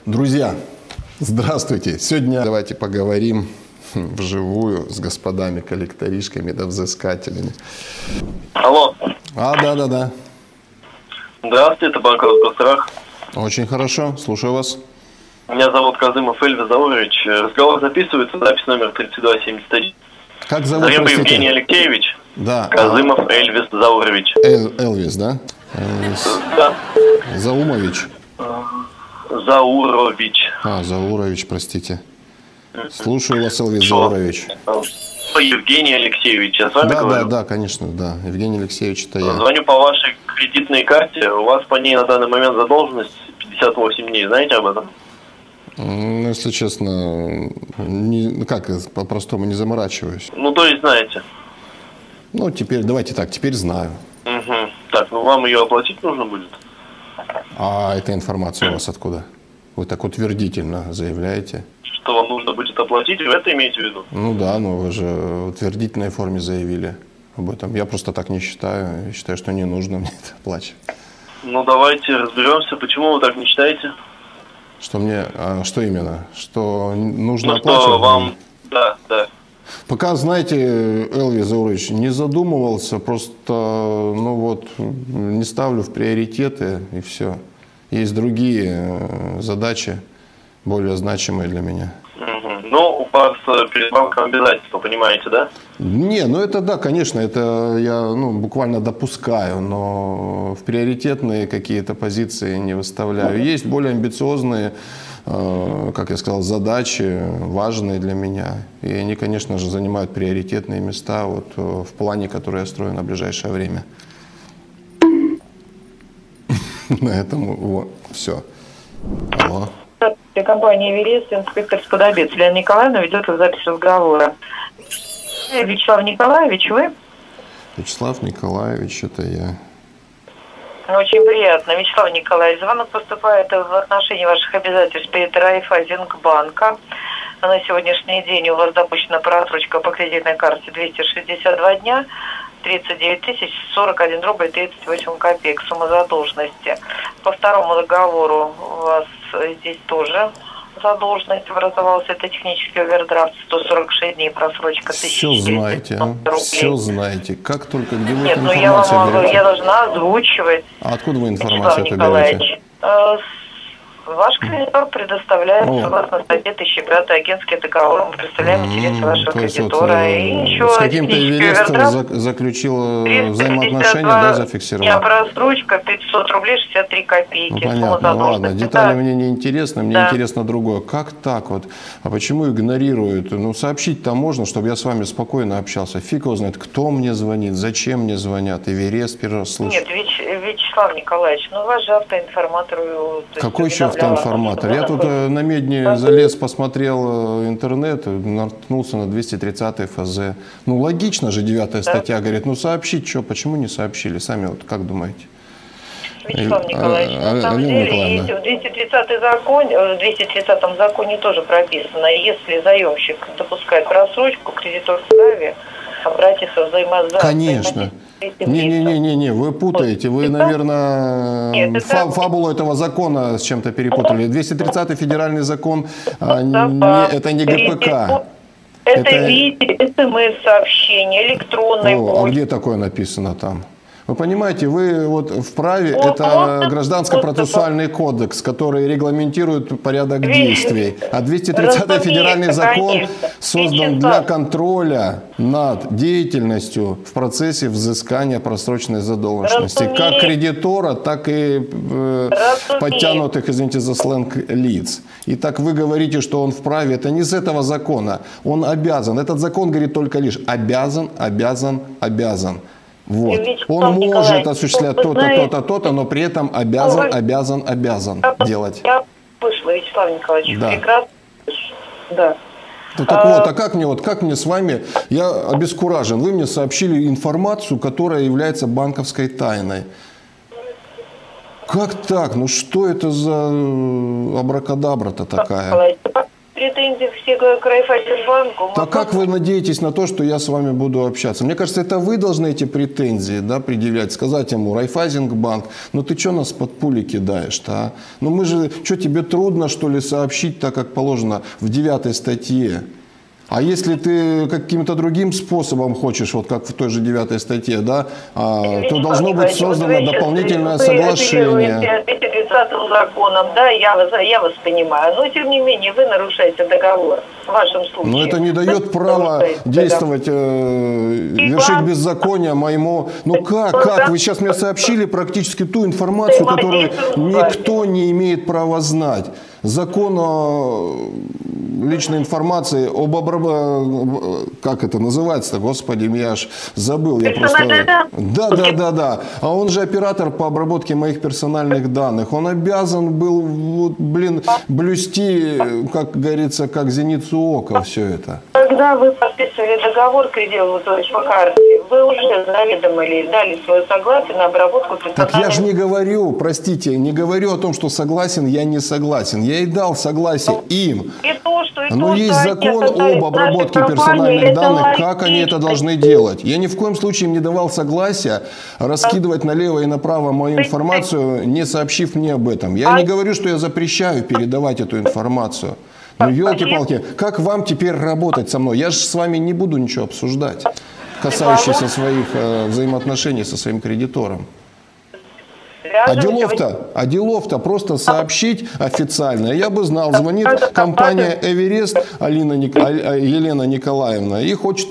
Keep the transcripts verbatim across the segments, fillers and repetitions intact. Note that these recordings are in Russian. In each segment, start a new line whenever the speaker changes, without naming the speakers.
Друзья, здравствуйте! Сегодня давайте поговорим вживую с господами коллекторишками да взыскателями.
Алло.
А, да-да-да.
Здравствуйте, это банк Росгострах.
Очень хорошо, слушаю вас.
Меня зовут Казымов Эльвис Заурович. Разговор записывается, запись номер тридцать два семьдесят один.
Как зовут,
Зарема
простите?
Евгений Алексеевич.
Да.
Казымов а... Эльвис Заурович.
Эл, Элвис, да? Элвис.
Да.
Заумович.
Заурович.
А, Заурович, простите. Слушаю вас, Элвис Заурович.
Евгений Алексеевич, я с вами
да,
говорю?
Да, да, конечно, да. Евгений Алексеевич, это я.
Звоню по вашей кредитной карте. У вас по ней на данный момент задолженность пятьдесят восемь дней. Знаете об этом?
Ну, если честно, не, как, по-простому не заморачиваюсь.
Ну, то есть знаете.
Ну, теперь, давайте так, теперь знаю.
Угу. Так, ну вам ее оплатить нужно будет?
А эта информация у вас откуда? Вы так утвердительно заявляете.
Что вам нужно будет оплатить, вы это имеете в виду?
Ну да, но вы же в утвердительной форме заявили об этом. Я просто так не считаю. Я считаю, что не нужно мне это оплачивать.
Ну, давайте разберемся, почему вы так не считаете?
Что мне, а что именно? Что нужно
ну,
оплачивать?
Что вам, да, да.
Пока, знаете, Элвис Заурович, не задумывался, просто, ну вот, не ставлю в приоритеты и все. Есть другие задачи, более значимые для меня.
Угу. Ну, у вас перед банком обязательства, понимаете, да?
Не, ну это да, конечно, это я ну, буквально допускаю, но в приоритетные какие-то позиции не выставляю. Есть более амбициозные, э, как я сказал, задачи, важные для меня. И они, конечно же, занимают приоритетные места вот, в плане, который я строю на ближайшее время. На этом вот, все. Алло.
Компания «Эверест», инспектор Сподобец Лена Николаевна ведет запись разговора. Вячеслав Николаевич, вы?
Вячеслав Николаевич, это я.
Очень приятно. Вячеслав Николаевич, звонок поступает в отношении ваших обязательств перед Райффайзенбанка. На сегодняшний день у вас допущена просрочка по кредитной карте двести шестьдесят два дня, тридцать девять тысяч сорок один рубль тридцать восемь копеек сумма задолженности. По второму договору у вас здесь тоже задолженность образовалась. Это технический овердрафт, сто сорок шесть дней просрочка.
Все знаете, а? Все знаете. Как только, где вы
Нет,
эту
ну я вам
берете?
я должна озвучивать.
А откуда вы информацию это берете?
Ваш кредитор предоставляет,
О.
согласно статье тысяча пятый агентский договор, мы представляем интересы вашего кредитора.
Вот,
и еще
с каким-то Эверестом заключил взаимоотношения, да, зафиксировал?
Я просрочка пятьсот рублей шестьдесят три копейки.
Ну, понятно, ладно, детали да. мне не интересны, мне да. интересно другое. Как так вот? А почему игнорируют? Ну, сообщить-то можно, чтобы я с вами спокойно общался. Фиг его знает, кто мне звонит, зачем мне звонят. Эверест первый раз слышу.
Нет, Вяч... Вячеслав Николаевич, ну ваш же автоинформатор.
Какой еще автоинформатор? Я тут на Медне залез, посмотрел интернет, наткнулся на двести тридцатый эф зэ. Ну, логично же, девятая статья говорит, ну, сообщить что, почему не сообщили? Сами вот как думаете?
Вячеслав Николаевич, а, на самом деле, есть в двести тридцатом законе, в двести тридцатом законе тоже прописано, если заемщик допускает просрочку, кредитор вправе обратиться взаимоза.
Конечно. Не-не-не-не, вы путаете. Вы, наверное, Нет, это... фа фабулу этого закона с чем-то перепутали. двести тридцатый федеральный закон, а, не, это не гэ пэ ка.
Это, это... видео, смс-сообщение, электронный
О, а где такое написано там? Вы понимаете, вы вот вправе, О, это гражданско-процессуальный кодекс, который регламентирует порядок действий. А двести тридцатый федеральный закон конечно. создан для контроля над деятельностью в процессе взыскания просроченной задолженности. Разумеется. Как кредитора, так и э, подтянутых, извините за сленг, лиц. И так вы говорите, что он вправе. Это не с этого закона. Он обязан. Этот закон говорит только лишь обязан, обязан, обязан. Вот. Он может осуществлять то-то, то-то, то-то, но при этом обязан, обязан, обязан делать.
Я слышала, Вячеслав Николаевич,
да.
прекрасно. Да.
Ну, так а... вот, а как мне, вот, как мне с вами, я обескуражен, вы мне сообщили информацию, которая является банковской тайной. Как так? Ну что это за абракадабра-то такая?
претензии все к Райффайзенбанку.
Так как вы надеетесь на то, что я с вами буду общаться? Мне кажется, это вы должны эти претензии, да, предъявлять, сказать ему: Райффайзенбанк, ну ты что нас под пули кидаешь-то, а? Ну мы же, что, тебе трудно, что ли, сообщить так, как положено в девятой статье? А если ты каким-то другим способом хочешь, вот как в той же девятой статье, да, а, то должно быть создано дополнительное соглашение.
тридцатым законом, да, я вас, я вас понимаю, но тем не менее вы нарушаете договор в вашем случае.
Но это не дает права действовать, э, вершить беззаконие моему. Ну как, как? Вы сейчас мне сообщили практически ту информацию, которую никто не имеет права знать. Закон о личной информации, об обработке, как это называется-то, господи, я аж забыл. Я просто... Да, да, да, да. А он же оператор по обработке моих персональных данных. Он обязан был, вот, блин, блюсти, как говорится, как зеницу ока все это.
Когда вы подписывали договор кредитового по карте, вы уже заведомо ли дали свое согласие на обработку персональных...
Так я же не говорю, простите, не говорю о том, что согласен, я не согласен. Я и дал согласие им.
И то, что, и
Но
то,
есть закон об обработке персональных данных, как они это должны делать. Я ни в коем случае им не давал согласия раскидывать налево и направо мою информацию, не сообщив мне об этом. Я не говорю, что я запрещаю передавать эту информацию. Ну, елки-палки, как вам теперь работать со мной? Я же с вами не буду ничего обсуждать, касающееся своих э, взаимоотношений со своим кредитором. А делов-то, а делов-то просто сообщить официально. Я бы знал, звонит компания «Эверест», Алина Ник... Елена Николаевна, и хочет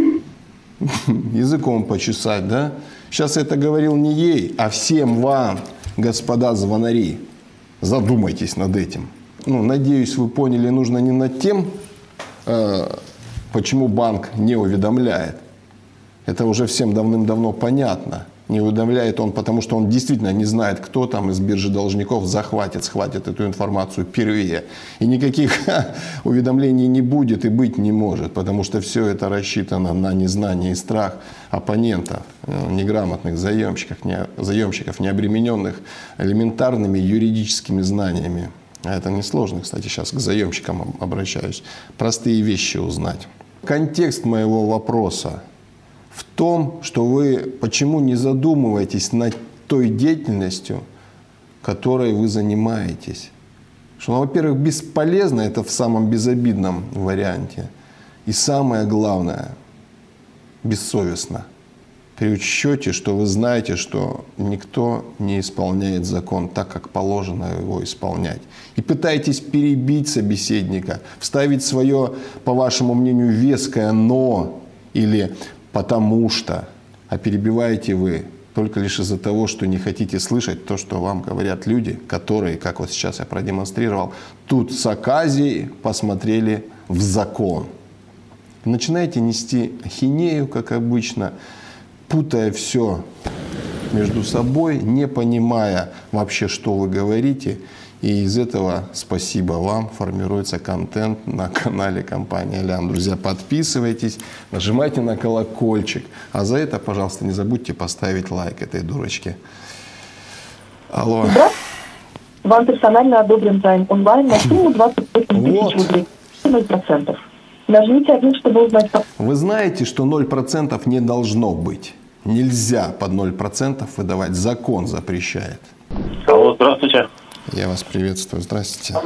языком почесать, да? Сейчас это говорил не ей, а всем вам, господа звонари. Задумайтесь над этим. Ну, надеюсь, вы поняли, нужно не над тем, э, почему банк не уведомляет. Это уже всем давным-давно понятно. Не уведомляет он, потому что он действительно не знает, кто там из биржи должников захватит, схватит эту информацию первее. И никаких уведомлений не будет и быть не может, потому что все это рассчитано на незнание и страх оппонентов, неграмотных заемщиков, не, заемщиков, не обремененных элементарными юридическими знаниями. А это несложно, кстати, сейчас к заемщикам обращаюсь. Простые вещи узнать. Контекст моего вопроса в том, что вы почему не задумываетесь над той деятельностью, которой вы занимаетесь. Что она, во-первых, бесполезна, это в самом безобидном варианте. И самое главное, бессовестно. При учете, что вы знаете, что никто не исполняет закон так, как положено его исполнять. И пытаетесь перебить собеседника, вставить свое, по вашему мнению, веское «но» или «потому что», а перебиваете вы только лишь из-за того, что не хотите слышать то, что вам говорят люди, которые, как вот сейчас я продемонстрировал, тут с оказией посмотрели в закон. Начинаете нести ахинею, как обычно, путая все между собой, не понимая вообще, что вы говорите. И из этого, спасибо вам, формируется контент на канале компании Алиам. Друзья, подписывайтесь, нажимайте на колокольчик. А за это, пожалуйста, не забудьте поставить лайк этой дурочке. Алло.
Да? Вам персонально одобрен займ онлайн на сумму двадцать восемь тысяч рублей. ноль процентов. Нажмите один, чтобы узнать...
Вы знаете, что ноль процентов не должно быть. Нельзя под ноль процентов выдавать. Закон запрещает.
Алло, здравствуйте.
Я вас приветствую. Здравствуйте.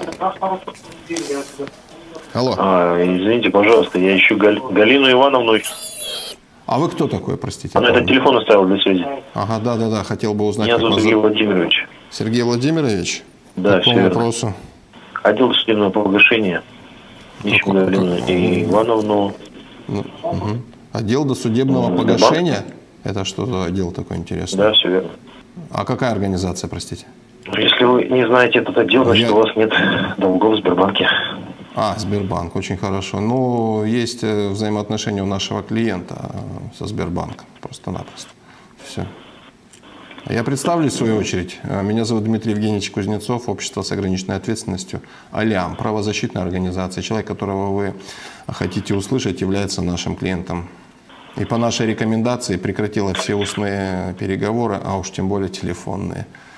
Алло.
А, извините, пожалуйста, я ищу Гал... Галину Ивановну.
А вы кто такой, простите?
Она этот телефон оставила для связи.
Ага, да-да-да, хотел бы узнать.
Меня зовут Сергей Владимирович.
Сергей Владимирович?
Да,
по какому вопросу?
Отдел судебного погашения. Ищу Галину Ивановну.
Ну, угу. Отдел досудебного погашения? Это что за отдел такой интересный?
Да, все верно.
А какая организация, простите?
Если вы не знаете этот отдел, значит, Я... у вас нет долгов в Сбербанке.
А, Сбербанк, очень хорошо. Ну, есть взаимоотношения у нашего клиента со Сбербанком, просто-напросто. Все. Я представлюсь в свою очередь. Меня зовут Дмитрий Евгеньевич Кузнецов, общество с ограниченной ответственностью Алиам, правозащитная организация. Человек, которого вы хотите услышать, является нашим клиентом. И по нашей рекомендации прекратила все устные переговоры, а уж тем более телефонные.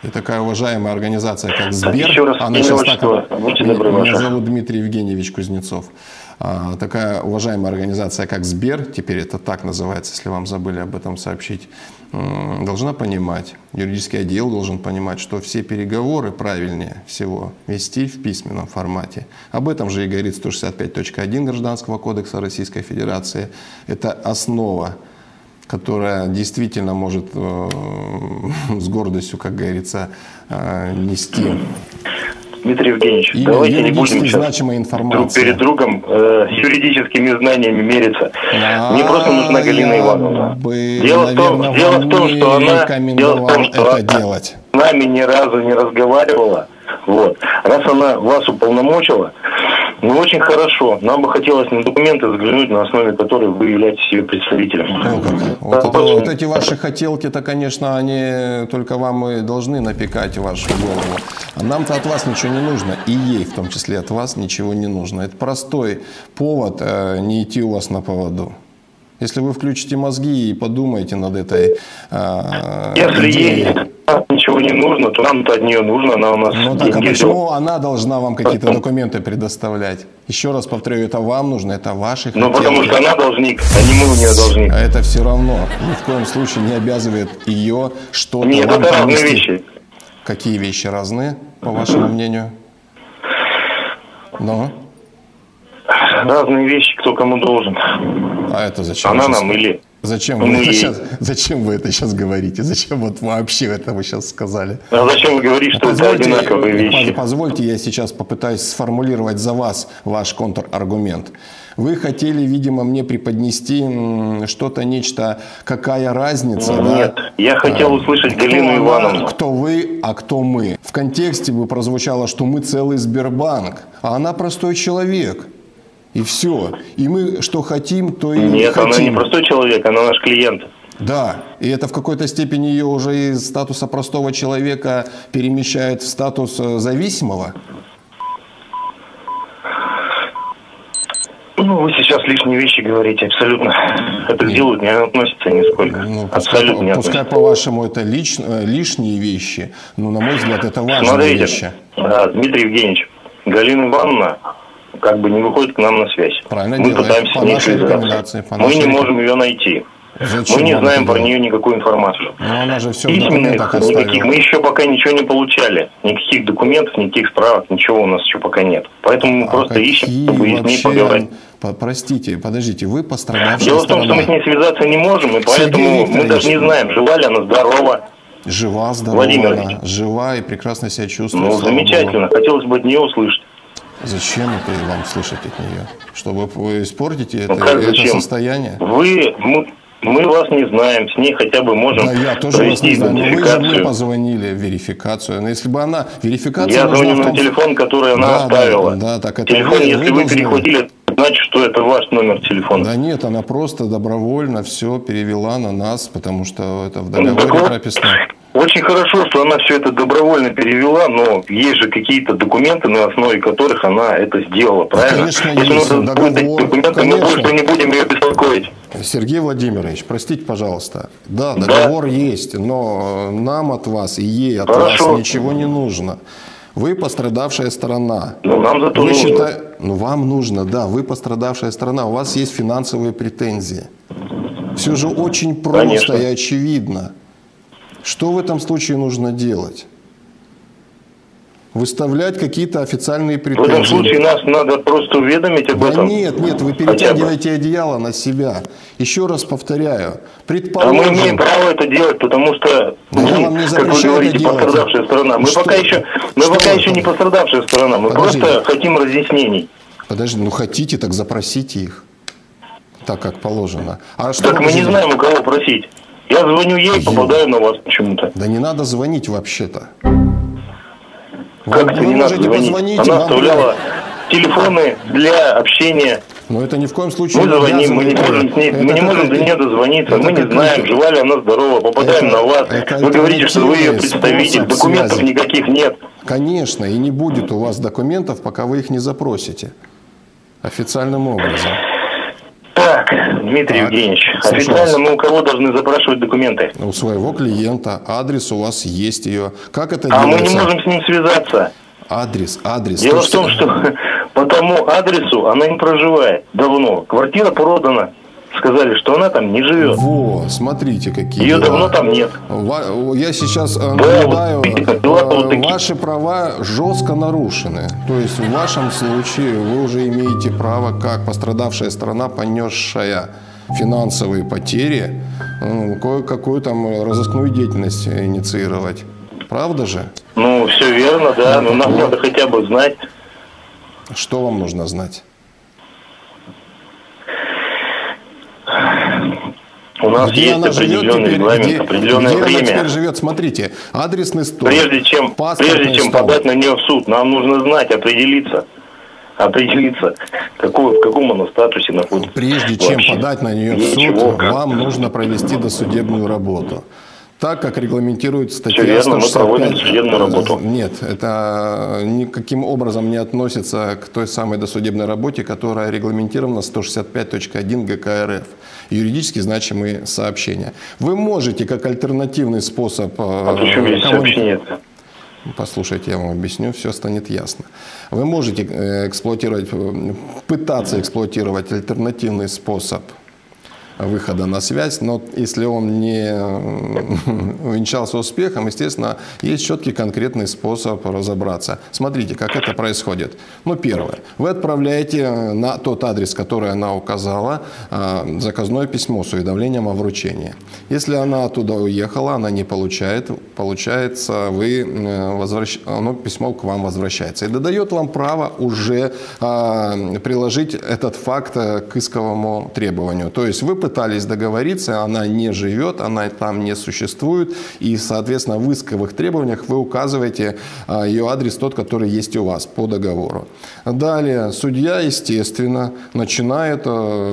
И такая уважаемая организация, как Сбер,
Еще раз,
она сейчас так,
будьте добры,
меня
ваша.
зовут Дмитрий Евгеньевич Кузнецов. А, такая уважаемая организация, как Сбер, теперь это так называется, если вам забыли об этом сообщить, должна понимать, юридический отдел должен понимать, что все переговоры правильнее всего вести в письменном формате. Об этом же и говорит сто шестьдесят пять точка один Гражданского кодекса Российской Федерации. Это основа, которая действительно может э, с гордостью, как говорится, э, нести.
Дмитрий Евгеньевич,
и
давайте не будем сейчас друг перед другом э, юридическими знаниями мериться.
А,
Мне просто нужна Галина Ивановна.
Бы,
дело,
наверное,
в том, дело в том, что она, дело в том, что
это
она
делать.
с нами ни разу не разговаривала. Вот. Раз она вас уполномочила, ну очень хорошо. Нам бы хотелось на документы взглянуть, на основе которых вы являетесь ее представителем.
Ну, как? Вот, это, вот эти ваши хотелки-то, конечно, они только вам и должны напекать в вашу голову. А нам-то от вас ничего не нужно. И ей, в том числе, от вас ничего не нужно. Это простой повод э, не идти у вас на поводу. Если вы включите мозги и подумаете над этой э,
Если
идеей.
ей ничего не нужно, то нам-то от нее нужно, она у нас...
Ну так, а почему она должна вам какие-то документы предоставлять? Еще раз повторю, это вам нужно, это ваши хотелки.
Ну потому что она должник, а не мы у нее должник.
А это все равно ни в коем случае не обязывает ее что-то
Нет,
вам
это разные
принести.
вещи.
Какие вещи разные, по вашему мнению? Ну?
Разные вещи, кто кому должен.
А это зачем?
Она
сейчас...
нам или...
Зачем
мы
вы, это
ей.
сейчас, зачем вы это сейчас говорите? Зачем вот вообще это вы сейчас сказали?
А зачем вы говорите, что это одинаковые вещи?
Позвольте, я сейчас попытаюсь сформулировать за вас ваш контраргумент. Вы хотели, видимо, мне преподнести что-то, нечто, какая разница?
Нет,
да?
я хотел
а,
услышать
кто
Галину
она,
Ивановну.
Кто вы, а кто мы? В контексте бы прозвучало, что мы целый Сбербанк, а она простой человек. И все. И мы что хотим, то и
Нет,
хотим.
она не простой человек, она наш клиент.
Да, и это в какой-то степени ее уже из статуса простого человека перемещает в статус зависимого.
Ну, вы сейчас лишние вещи говорите, абсолютно. Это к делу не относится нисколько.
Ну, пускай,
абсолютно не
пускай
относится.
по-вашему, это лиш, лишние вещи, но, на мой взгляд, это важные
Смотрите,
вещи.
да, Дмитрий Евгеньевич, Галина Ивановна как бы не выходит к нам на связь.
Правильно
Мы
делает.
пытаемся
По
с ней
нашей рекомендации,
связаться.
по
Мы
нашей
не
реком-
можем ее найти.
Зачем
Мы не
вам
знаем
это
про
делать?
нее никакую информацию.
Но она же все в
Письменных
документах оставила.
никаких. Мы еще пока ничего не получали. Никаких документов, никаких справок, ничего у нас еще пока нет. Поэтому мы
А
просто
какие
ищем, чтобы с ней
вообще-
поговорить.
по- Простите, подождите, вы пострадавшая
Дело в том, что мы с
сторона.
ней связаться не можем, и
Сергей
поэтому мы
Викторович.
даже не знаем, жива ли она, здорова.
Жива, здорова,
Владимир
она,
Ильич.
жива и прекрасно себя чувствует.
Ну,
слава
замечательно.
Богу.
Хотелось бы от нее услышать.
Зачем это вам слышать от нее? Чтобы вы испортите
Ну,
это,
как
это
зачем?
состояние?
Вы, мы, мы вас не знаем, с ней хотя бы можем
Да, я тоже вас
провести
не знаю. Но вы же мне
идентификацию.
позвонили в верификацию. Но если бы она... Верификация
Я
нужна
звоню
в
на
том-
телефон, который она
Да,
оставила.
Да, да, так это
Телефон,
вы-
если
вы
вы
должны-
перехватили, значит, что это ваш номер телефона.
Да нет, она просто добровольно все перевела на нас, потому что это в
Ну,
договоре
так вот,
прописано.
Очень хорошо, что она все это добровольно перевела, но есть же какие-то документы, на основе которых она это сделала, правильно?
конечно,
Если
есть.
у нас будут эти
Договор,
документы, мы
конечно.
больше не будем ее беспокоить.
Сергей Владимирович, простите, пожалуйста. Да,
Да.
договор есть, но нам от вас и ей от
Хорошо.
вас ничего не нужно. Вы пострадавшая сторона.
Ну, нам зато
Вы
нужно.
считай- Ну, вам нужно, да, вы пострадавшая сторона, у вас есть финансовые претензии. Все же очень просто
Конечно.
и очевидно. Что в этом случае нужно делать? Выставлять какие-то официальные
В
претензии.
этом случае нас надо просто уведомить об
Да
этом.
нет, нет, вы перетягиваете одеяло на себя. Еще раз повторяю.
А мы
Предположим,
имеем право это делать, потому что,
Да я вам не
как вы
запрещаю
говорите,
это делать.
пострадавшая сторона. Мы
Что?
пока еще, мы
Что
пока
это?
еще не пострадавшая сторона. Мы
Подождите.
просто хотим разъяснений.
подожди, ну хотите, так запросите их. Так, как положено. А что
Так
вы
мы не
хотите?
знаем, у кого просить. Я звоню ей, попадаю на вас почему-то.
Да не надо звонить вообще-то.
Как
Вы-
это
вы
не надо
можете
звонить?
позвонить,
Она
вам-
оставляла телефоны для общения.
Но это ни в коем случае
Мы
не
звоним, мы не
обязывает.
можем с ней,
Это
мы не можем до
какой-то-
нее дозвониться,
это
мы не
какой-то-
знаем, жива ли она, здорова, попадаем
Это-
на вас.
это
Вы говорите, что вы ее
альтернативный
представитель,
способ
документов
связи.
никаких нет.
Конечно, и не будет у вас документов, пока вы их не запросите. Официальным образом.
Так, Дмитрий так. Евгеньевич, официально мы у кого должны запрашивать документы?
У своего клиента. Адрес у вас есть ее. Как это
а
делается?
А мы не можем с ним связаться.
Адрес, адрес.
Дело в том, что по тому адресу она не проживает давно. Квартира продана. Сказали, что она там не живет.
Во, смотрите, какие
Ее
дела.
давно там нет.
Я сейчас
да,
наблюдаю,
вот, вот
ваши права жестко нарушены. То есть в вашем случае вы уже имеете право, как пострадавшая сторона, понесшая финансовые потери, кое-какую там разыскную деятельность инициировать. Правда же?
Ну, все верно, да. Но нам надо хотя бы знать.
Что вам нужно знать?
У нас
где
есть определенный теперь, регламент, где, определенное
где
время.
Она теперь живет? Смотрите, адресный стол.
Прежде чем, прежде чем
стол.
подать на нее в суд, нам нужно знать, определиться, определиться, какой, в каком она статусе находится.
Прежде чем
вообще.
подать на нее в суд,
Ничего,
вам нужно провести досудебную работу. Так, как регламентирует статья
Все верно,
сто шестьдесят пять.
мы проводим судебную работу.
Нет, это никаким образом не относится к той самой досудебной работе, которая регламентирована сто шестьдесят пять точка один ГК РФ. Юридически значимые сообщения. Вы можете, как альтернативный способ...
А почему есть сообщение?
Послушайте, я вам объясню, все станет ясно. Вы можете эксплуатировать, пытаться эксплуатировать альтернативный способ выхода на связь, но если он не увенчался успехом, естественно, есть четкий конкретный способ разобраться. Смотрите, как это происходит. Ну, первое. Вы отправляете на тот адрес, который она указала, заказное письмо с уведомлением о вручении. Если она оттуда уехала, она не получает, получается, вы возвращ... оно, письмо к вам возвращается. И дает вам право уже приложить этот факт к исковому требованию. То есть вы пытались договориться, она не живет, она там не существует, и, соответственно, в исковых требованиях вы указываете ее адрес, тот, который есть у вас по договору. Далее, судья, естественно, начинает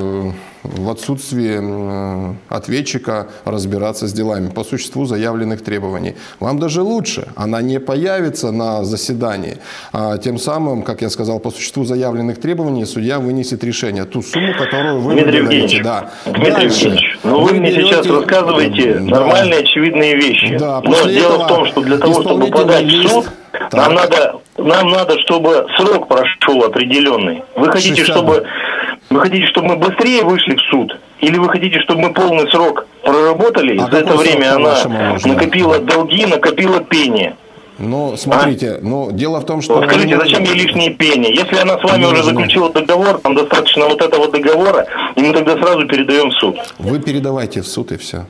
в отсутствии ответчика разбираться с делами по существу заявленных требований. Вам даже лучше, она не появится на заседании, а тем самым, как я сказал, по существу заявленных требований судья вынесет решение, ту сумму, которую вы говорите. Да.
Дмитрий Евгеньевич, ну вы, вы мне берете... сейчас рассказываете да. нормальные, очевидные вещи.
Да,
но дело в том, что для того, чтобы подать в суд, нам надо, нам надо, чтобы срок прошел определенный. Вы хотите, шестьдесят чтобы... Вы хотите, чтобы мы быстрее вышли в суд? Или вы хотите, чтобы мы полный срок проработали? А за это время она накопила долги, накопила пени.
Ну, смотрите, а? ну, дело в том, что...
Вот скажите, зачем ей лишние пени? Если она с вами уже заключила договор, нам достаточно вот этого договора, и мы тогда сразу передаем в суд.
Вы передавайте в суд, и все.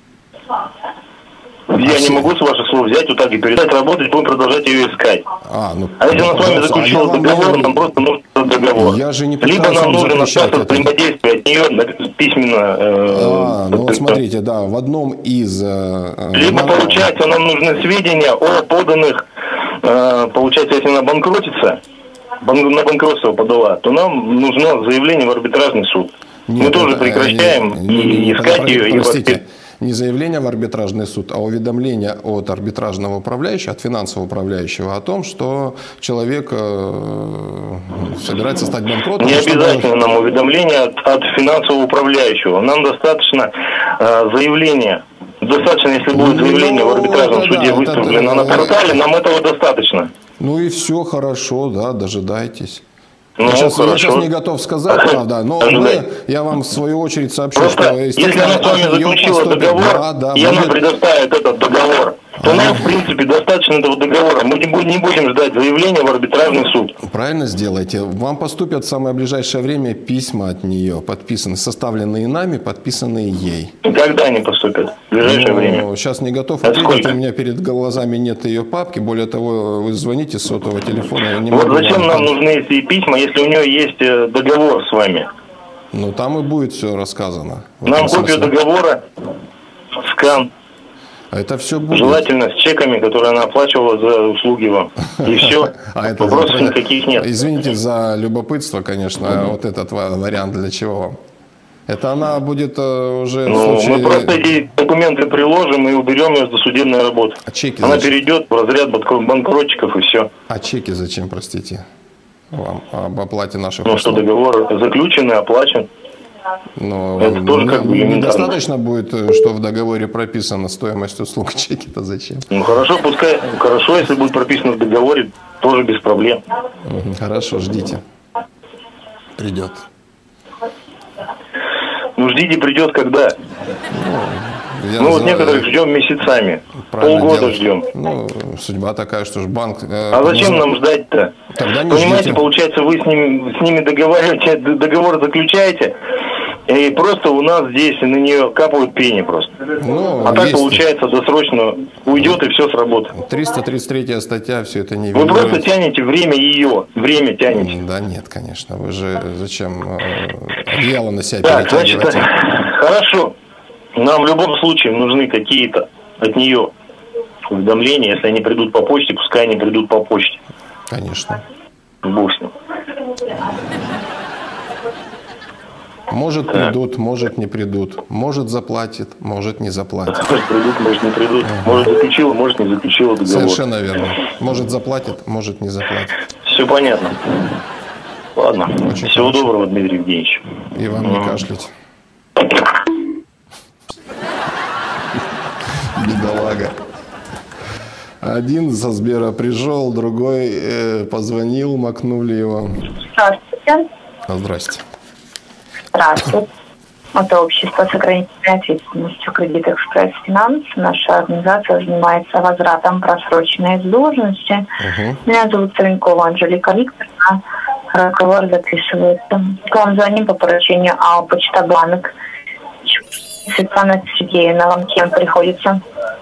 Я а не все... могу с ваших слов взять вот так и передать, работать, будем продолжать ее искать. А, ну, а если она с вами заключила а договор, вам... нам просто нужен договор.
Я же не
Либо нам нужен остаток взаимодействия от нее письменно. Э,
а, ну вот смотрите, да, в одном из... Э,
Либо,
на...
получается, нам нужны сведения о поданных, э, получается, если она банкротится, бан... на банкротство подала, то нам нужно заявление в арбитражный суд. Нет, Мы тоже это, прекращаем не, не, не, искать ее.
Простите. Не заявление в арбитражный суд, а уведомление от арбитражного управляющего, от финансового управляющего о том, что человек э, собирается стать банкротом.
Не обязательно нам уведомление от, от финансового управляющего. Нам достаточно э, заявления. Достаточно, если будет заявление ну, в арбитражном да, суде да, выставлено это, на портале, нам этого достаточно.
Ну и все хорошо, да, дожидайтесь.
Ну,
я, сейчас, я сейчас не готов сказать, правда, но мы, я вам в свою очередь сообщу,
Просто,
что...
Если она с вами заключила поступит, договор, да, да, и будет... она предоставит этот договор, то нам, в принципе, достаточно этого договора. Мы не будем ждать заявления в арбитражный суд.
Правильно сделаете. Вам поступят в самое ближайшее время письма от нее, подписанные, составленные нами, подписанные ей.
Когда они поступят? В ближайшее ну, время?
Сейчас не готов ответить. У меня перед глазами нет ее папки. Более того, вы звоните с сотового телефона. Я не
вот зачем нам папки. нужны эти письма, если у нее есть договор с вами?
Ну, там и будет все рассказано.
Нам копию договора, скан.
Это все будет.
Желательно с чеками, которые она оплачивала за услуги вам. И все.
А это
вопросов никаких нет.
Извините за любопытство, конечно. Mm-hmm. Вот этот вариант для чего вам? Это она будет уже...
Ну, случае... Мы просто эти документы приложим и уберем ее с досудебной работы.
А чеки
она
зачем?
перейдет в разряд банкротчиков и все.
А чеки зачем, простите? Вам об оплате наших
Ну
услуг?
что, договор заключен и оплачен.
Но
это тоже как бы
недостаточно будет, что в договоре прописана стоимость услуг чеки-то зачем?
Ну хорошо, пускай, хорошо, если будет прописано в договоре, тоже без проблем.
Хорошо, ждите. Придет.
Ну ждите, придет когда?
Ну,
ну вот за... некоторых ждем месяцами, полгода делать. ждем.
Ну, судьба такая, что ж банк... Э,
а зачем нужно... нам ждать-то? Понимаете, ждите. Получается, вы с, ним, с ними договариваете, договор заключаете, и просто у нас здесь на нее капают пени просто. Ну, а так есть... получается, досрочно уйдет и все сработает.
триста тридцать третья статья, все это не
Вы просто тянете время ее, время тянете.
Да нет, конечно, вы же зачем одеяло на себя
так, перетягиваете? Значит, хорошо. Нам в любом случае нужны какие-то от нее уведомления. Если они придут по почте, пускай они придут по почте.
Конечно.
Бог с ним.
Может так. придут, может не придут. Может заплатит, может не заплатит.
Может придут, может не придут. Ага. Может заключила, может не заключила договор.
Совершенно верно. Может заплатит, может не заплатит.
Все понятно. Ладно.
Очень
Всего
хорошо.
доброго, Дмитрий Евгеньевич.
И вам не кашлять. Бедолага. Один со Сбера пришел, другой э, позвонил, макнули его.
Здравствуйте.
Здрасте.
Здравствуйте. Это общество с ограниченной ответственностью «Кредит Экспресс Финанс». Наша организация занимается возвратом просроченной задолженности. Угу. Меня зовут Савенкова Анжелика Викторовна. Разговор записывается. К вам звоним по поручению АО «Почта-банк». Светлана Сергеевна, вам кем приходится?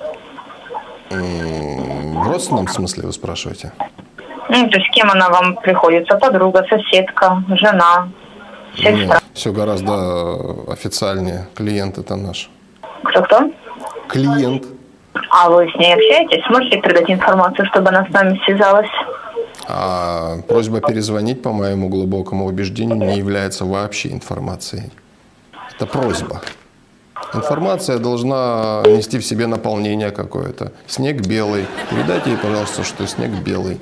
В родственном смысле вы спрашиваете?
Ну, то есть кем она вам приходится? Подруга, соседка, жена, сестра?
Нет, все гораздо официальнее. Клиент это наш.
Кто-кто?
Клиент.
А вы с ней общаетесь? Сможете передать информацию, чтобы она с нами связалась?
А просьба перезвонить, по моему глубокому убеждению, не является вообще информацией. Это просьба. Информация должна нести в себе наполнение какое-то. Снег белый. Передайте ей, пожалуйста, что снег белый.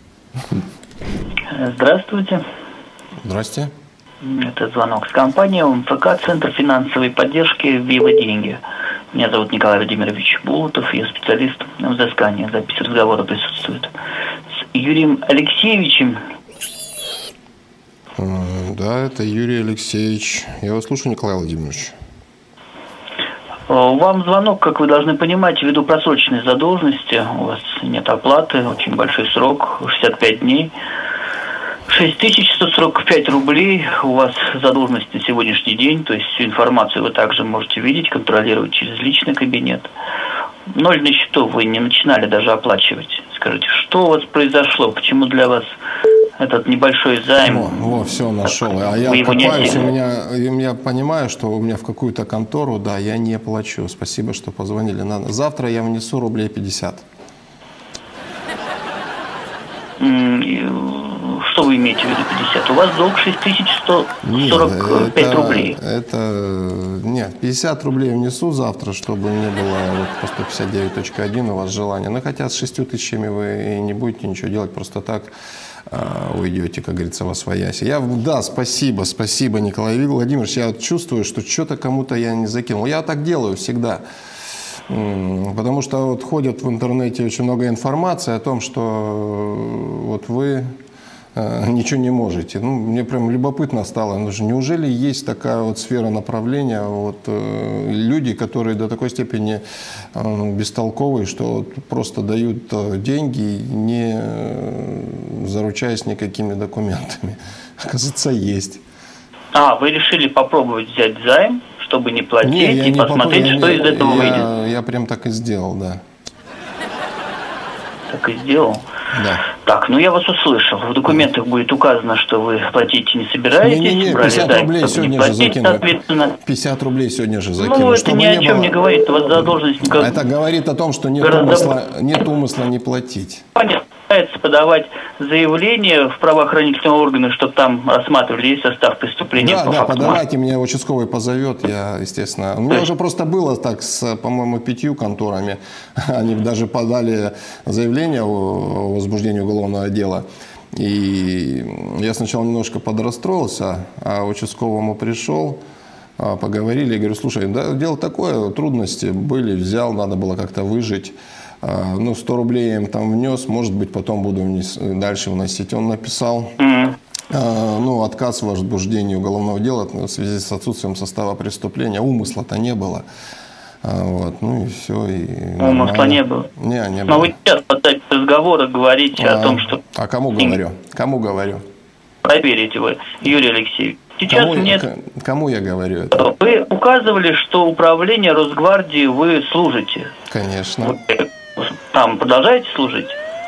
Здравствуйте.
Здрасте.
Это звонок с компании МФК, Центр финансовой поддержки «Вива Деньги». Меня зовут Николай Владимирович Болотов, я специалист в взыскании. Запись разговора присутствует. С Юрием Алексеевичем.
Да, это Юрий Алексеевич. Я вас слушаю, Николай Владимирович.
Вам звонок, как вы должны понимать, ввиду просроченной задолженности. У вас нет оплаты, очень большой срок, шестьдесят пять дней. шесть тысяч сто сорок пять рублей у вас задолженность на сегодняшний день. То есть всю информацию вы также можете видеть, контролировать через личный кабинет. Ноль на счету, вы не начинали даже оплачивать. Скажите, что у вас произошло? Почему для вас этот небольшой займ?
Во, во все нашел. А я копаюсь, у меня, я понимаю, что у меня в какую-то контору, да, я не плачу. Спасибо, что позвонили. Завтра я внесу рублей пятьдесят.
Что вы имеете в виду пятьдесят? У вас долг шесть тысяч сто сорок пять
это,
рублей.
Это, нет, пятьдесят рублей внесу завтра, чтобы не было вот по сто пятьдесят девять точка один у вас желания. Ну, хотя с шестью тысячами вы и не будете ничего делать, просто так а, уйдете, как говорится, во свояси. Я, да, спасибо, спасибо, Николай Владимирович. Я вот чувствую, что что-то кому-то я не закинул. Я так делаю всегда. Потому что вот ходят в интернете очень много информации о том, что вот вы ничего не можете. Ну, мне прям любопытно стало. Ну, неужели есть такая вот сфера направления, вот, э, люди, которые до такой степени э, бестолковые, что вот просто дают деньги, не э, заручаясь никакими документами? Оказывается, есть.
А, вы решили попробовать взять займ, чтобы не платить, не, и не посмотреть, попробую, что я, из этого
я,
выйдет?
Я прям так и сделал, да.
Так и сделал?
Да.
Так, ну я вас услышал. В документах будет указано, что вы платить не собираетесь.
Не, не, не, пятьдесят
займ,
рублей сегодня
не платить,
же закину.
Соответственно.
пятьдесят рублей сегодня же закину.
Ну, это ни о чем было... не говорит. У вас задолженность никак...
Это говорит о том, что нет, гораздо... умысла, нет умысла не платить.
Понятно. Подавать заявление в правоохранительные органы, чтобы там рассматривали есть состав преступления.
Да,
по
да,
факту.
подавайте, меня участковый позовет, я, естественно. У меня уже просто было так с, по-моему, пятью конторами. Они даже подали заявление о возбуждении уголовного дела. И я сначала немножко подрастроился, а участковому пришел, поговорили. Я говорю, слушай, да, дело такое, трудности были, взял, надо было как-то выжить. Ну, сто рублей я им там внес, может быть, потом буду вниз, дальше вносить. Он написал, mm-hmm. ну, отказ в возбуждении уголовного дела в связи с отсутствием состава преступления. Умысла-то не было. Вот, ну и все. И
умысла не было?
Не, не
было. Но вы сейчас в записи разговора говорите а, о том, что...
А кому говорю? Кому говорю?
Проверите вы, Юрий Алексеевич. Сейчас
кому,
нет...
кому я говорю это?
Вы указывали, что управление Росгвардии вы служите.
Конечно.
Вы там продолжаете служить?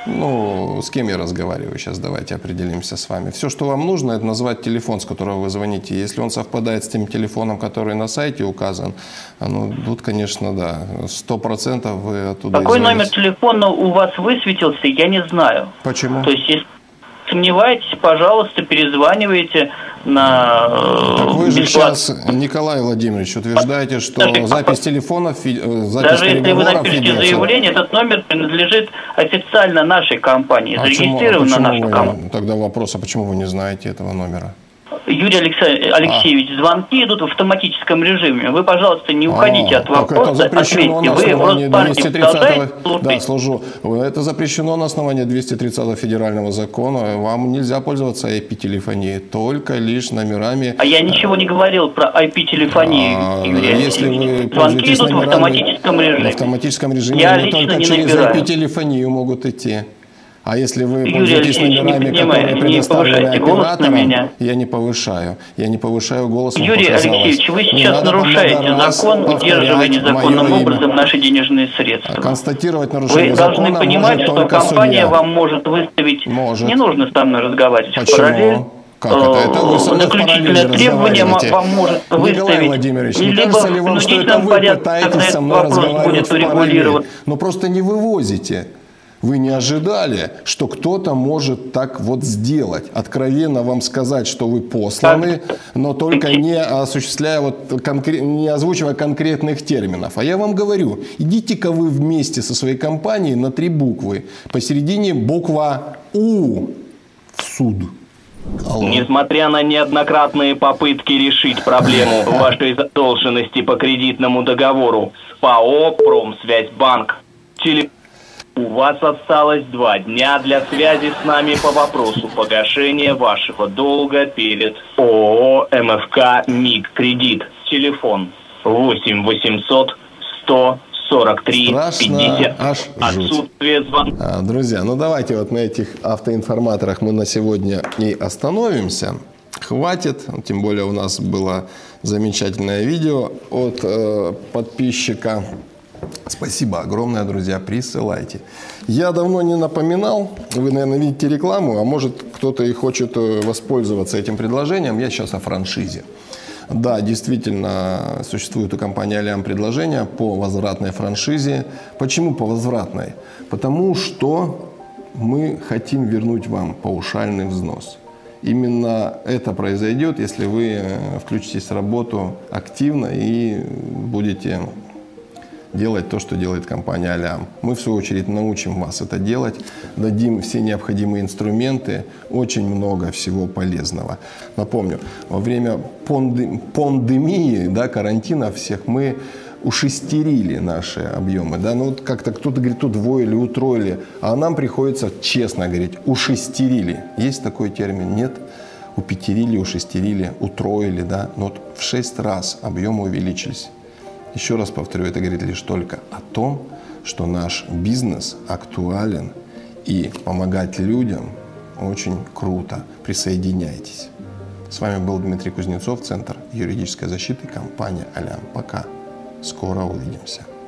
Ну, с кем я разговариваю сейчас, давайте определимся с вами. Все, что вам нужно, это назвать телефон, с которого вы звоните. Если он совпадает с тем телефоном, который на сайте указан, ну, тут, конечно, да, сто процентов вы оттуда
Какой
извините.
Номер телефона у вас высветился, я не знаю.
Почему?
То есть, если сомневаетесь, пожалуйста, перезванивайте на...
Так вы же сейчас, Николай Владимирович, утверждаете, что
даже,
запись телефонов, запись
даже если вы напишите
ведется.
заявление, этот номер принадлежит официально нашей компании,
а
зарегистрирован
почему,
на
почему
нашу
вы,
компанию.
Тогда вопрос, а почему вы не знаете этого номера?
Юрий Алексей, Алексеевич, а. звонки идут в автоматическом режиме. Вы, пожалуйста, не уходите а, от вопроса.
Это запрещено на основании двести тридцатого. Да, служу. Это запрещено на основании двести тридцатого федерального закона. Вам нельзя пользоваться ай пи-телефонией, только лишь номерами.
А я ничего не говорил про ай пи-телефонию,
а,
Юрий
Если вы
звонки идут в автоматическом режиме.
В автоматическом режиме
я
они только
не
через
набираю.
ай пи-телефонию могут идти. А если вы
Юрий
пользуетесь номерами,
не
которые предоставлены оператором,
меня.
я не повышаю. Я не повышаю голос.
Юрий Алексеевич, вы сейчас нарушаете закон, удерживая незаконным образом наши денежные средства.
Констатировать нарушение
вы
закона
должны понимать, что компания
судья.
вам может выставить...
Может.
Не нужно со мной разговаривать.
Почему?
В параллель.
Как это? Это вы со мной в
Заключительное требование вам может выставить.
Николай Владимирович, не
либо
кажется ли вам, что это вы пытаетесь со мной разговаривать в параллель? Но просто не вывозите. Вы не ожидали, что кто-то может так вот сделать, откровенно вам сказать, что вы посланы, но только не осуществляя, вот, конкрет, не озвучивая конкретных терминов. А я вам говорю, идите-ка вы вместе со своей компанией на три буквы. Посередине буква У в суд.
Алло. Несмотря на неоднократные попытки решить проблему вашей задолженности по кредитному договору с ПАО «Промсвязьбанк», телефон. У вас осталось два дня для связи с нами по вопросу погашения вашего долга перед ООО МФК МИГ Кредит. Телефон восемь восемьсот сто сорок три пятьдесят.
Аж
Отсутствие звонка.
Друзья, ну давайте вот на этих автоинформаторах мы на сегодня и остановимся. Хватит, тем более у нас было замечательное видео от э, подписчика. Спасибо огромное, друзья, присылайте. Я давно не напоминал, вы, наверное, видите рекламу, а может кто-то и хочет воспользоваться этим предложением. Я сейчас о франшизе. Да, действительно, существует у компании Алиам предложение по возвратной франшизе. Почему по возвратной? Потому что мы хотим вернуть вам паушальный взнос. Именно это произойдет, если вы включитесь в работу активно и будете делать то, что делает компания Алиам. Мы, в свою очередь, научим вас это делать, дадим все необходимые инструменты, очень много всего полезного. Напомню, во время пандемии, да, карантина всех, мы ушестерили наши объемы. Да? Ну, вот как-то кто-то говорит, удвоили, утроили, а нам приходится честно говорить, ушестерили. Есть такой термин? Нет? Упятерили, ушестерили, утроили, да? Но вот в шесть раз объемы увеличились. Еще раз повторю, это говорит лишь только о том, что наш бизнес актуален и помогать людям очень круто. Присоединяйтесь. С вами был Дмитрий Кузнецов, Центр юридической защиты, компания Алиам. Пока. Скоро увидимся.